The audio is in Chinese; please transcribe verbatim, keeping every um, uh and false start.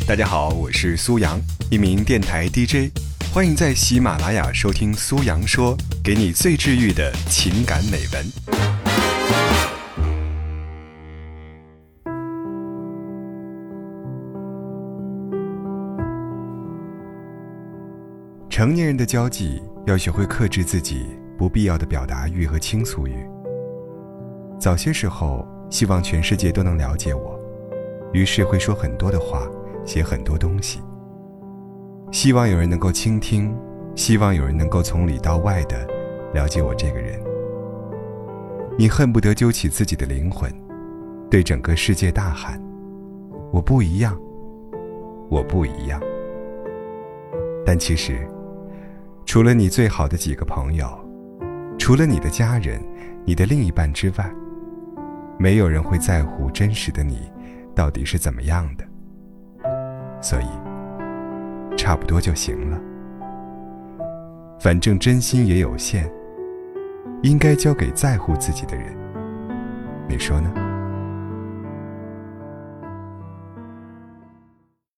大家好，我是苏阳，一名电台 D J， 欢迎在喜马拉雅收听苏阳说，给你最治愈的情感美文。成年人的交际要学会克制自己不必要的表达欲和倾诉欲。早些时候希望全世界都能了解我，于是会说很多的话，写很多东西，希望有人能够倾听，希望有人能够从里到外的了解我这个人。你恨不得揪起自己的灵魂，对整个世界大喊，我不一样，我不一样。但其实除了你最好的几个朋友，除了你的家人，你的另一半之外，没有人会在乎真实的你到底是怎么样的。所以差不多就行了，反正真心也有限，应该交给在乎自己的人，你说呢？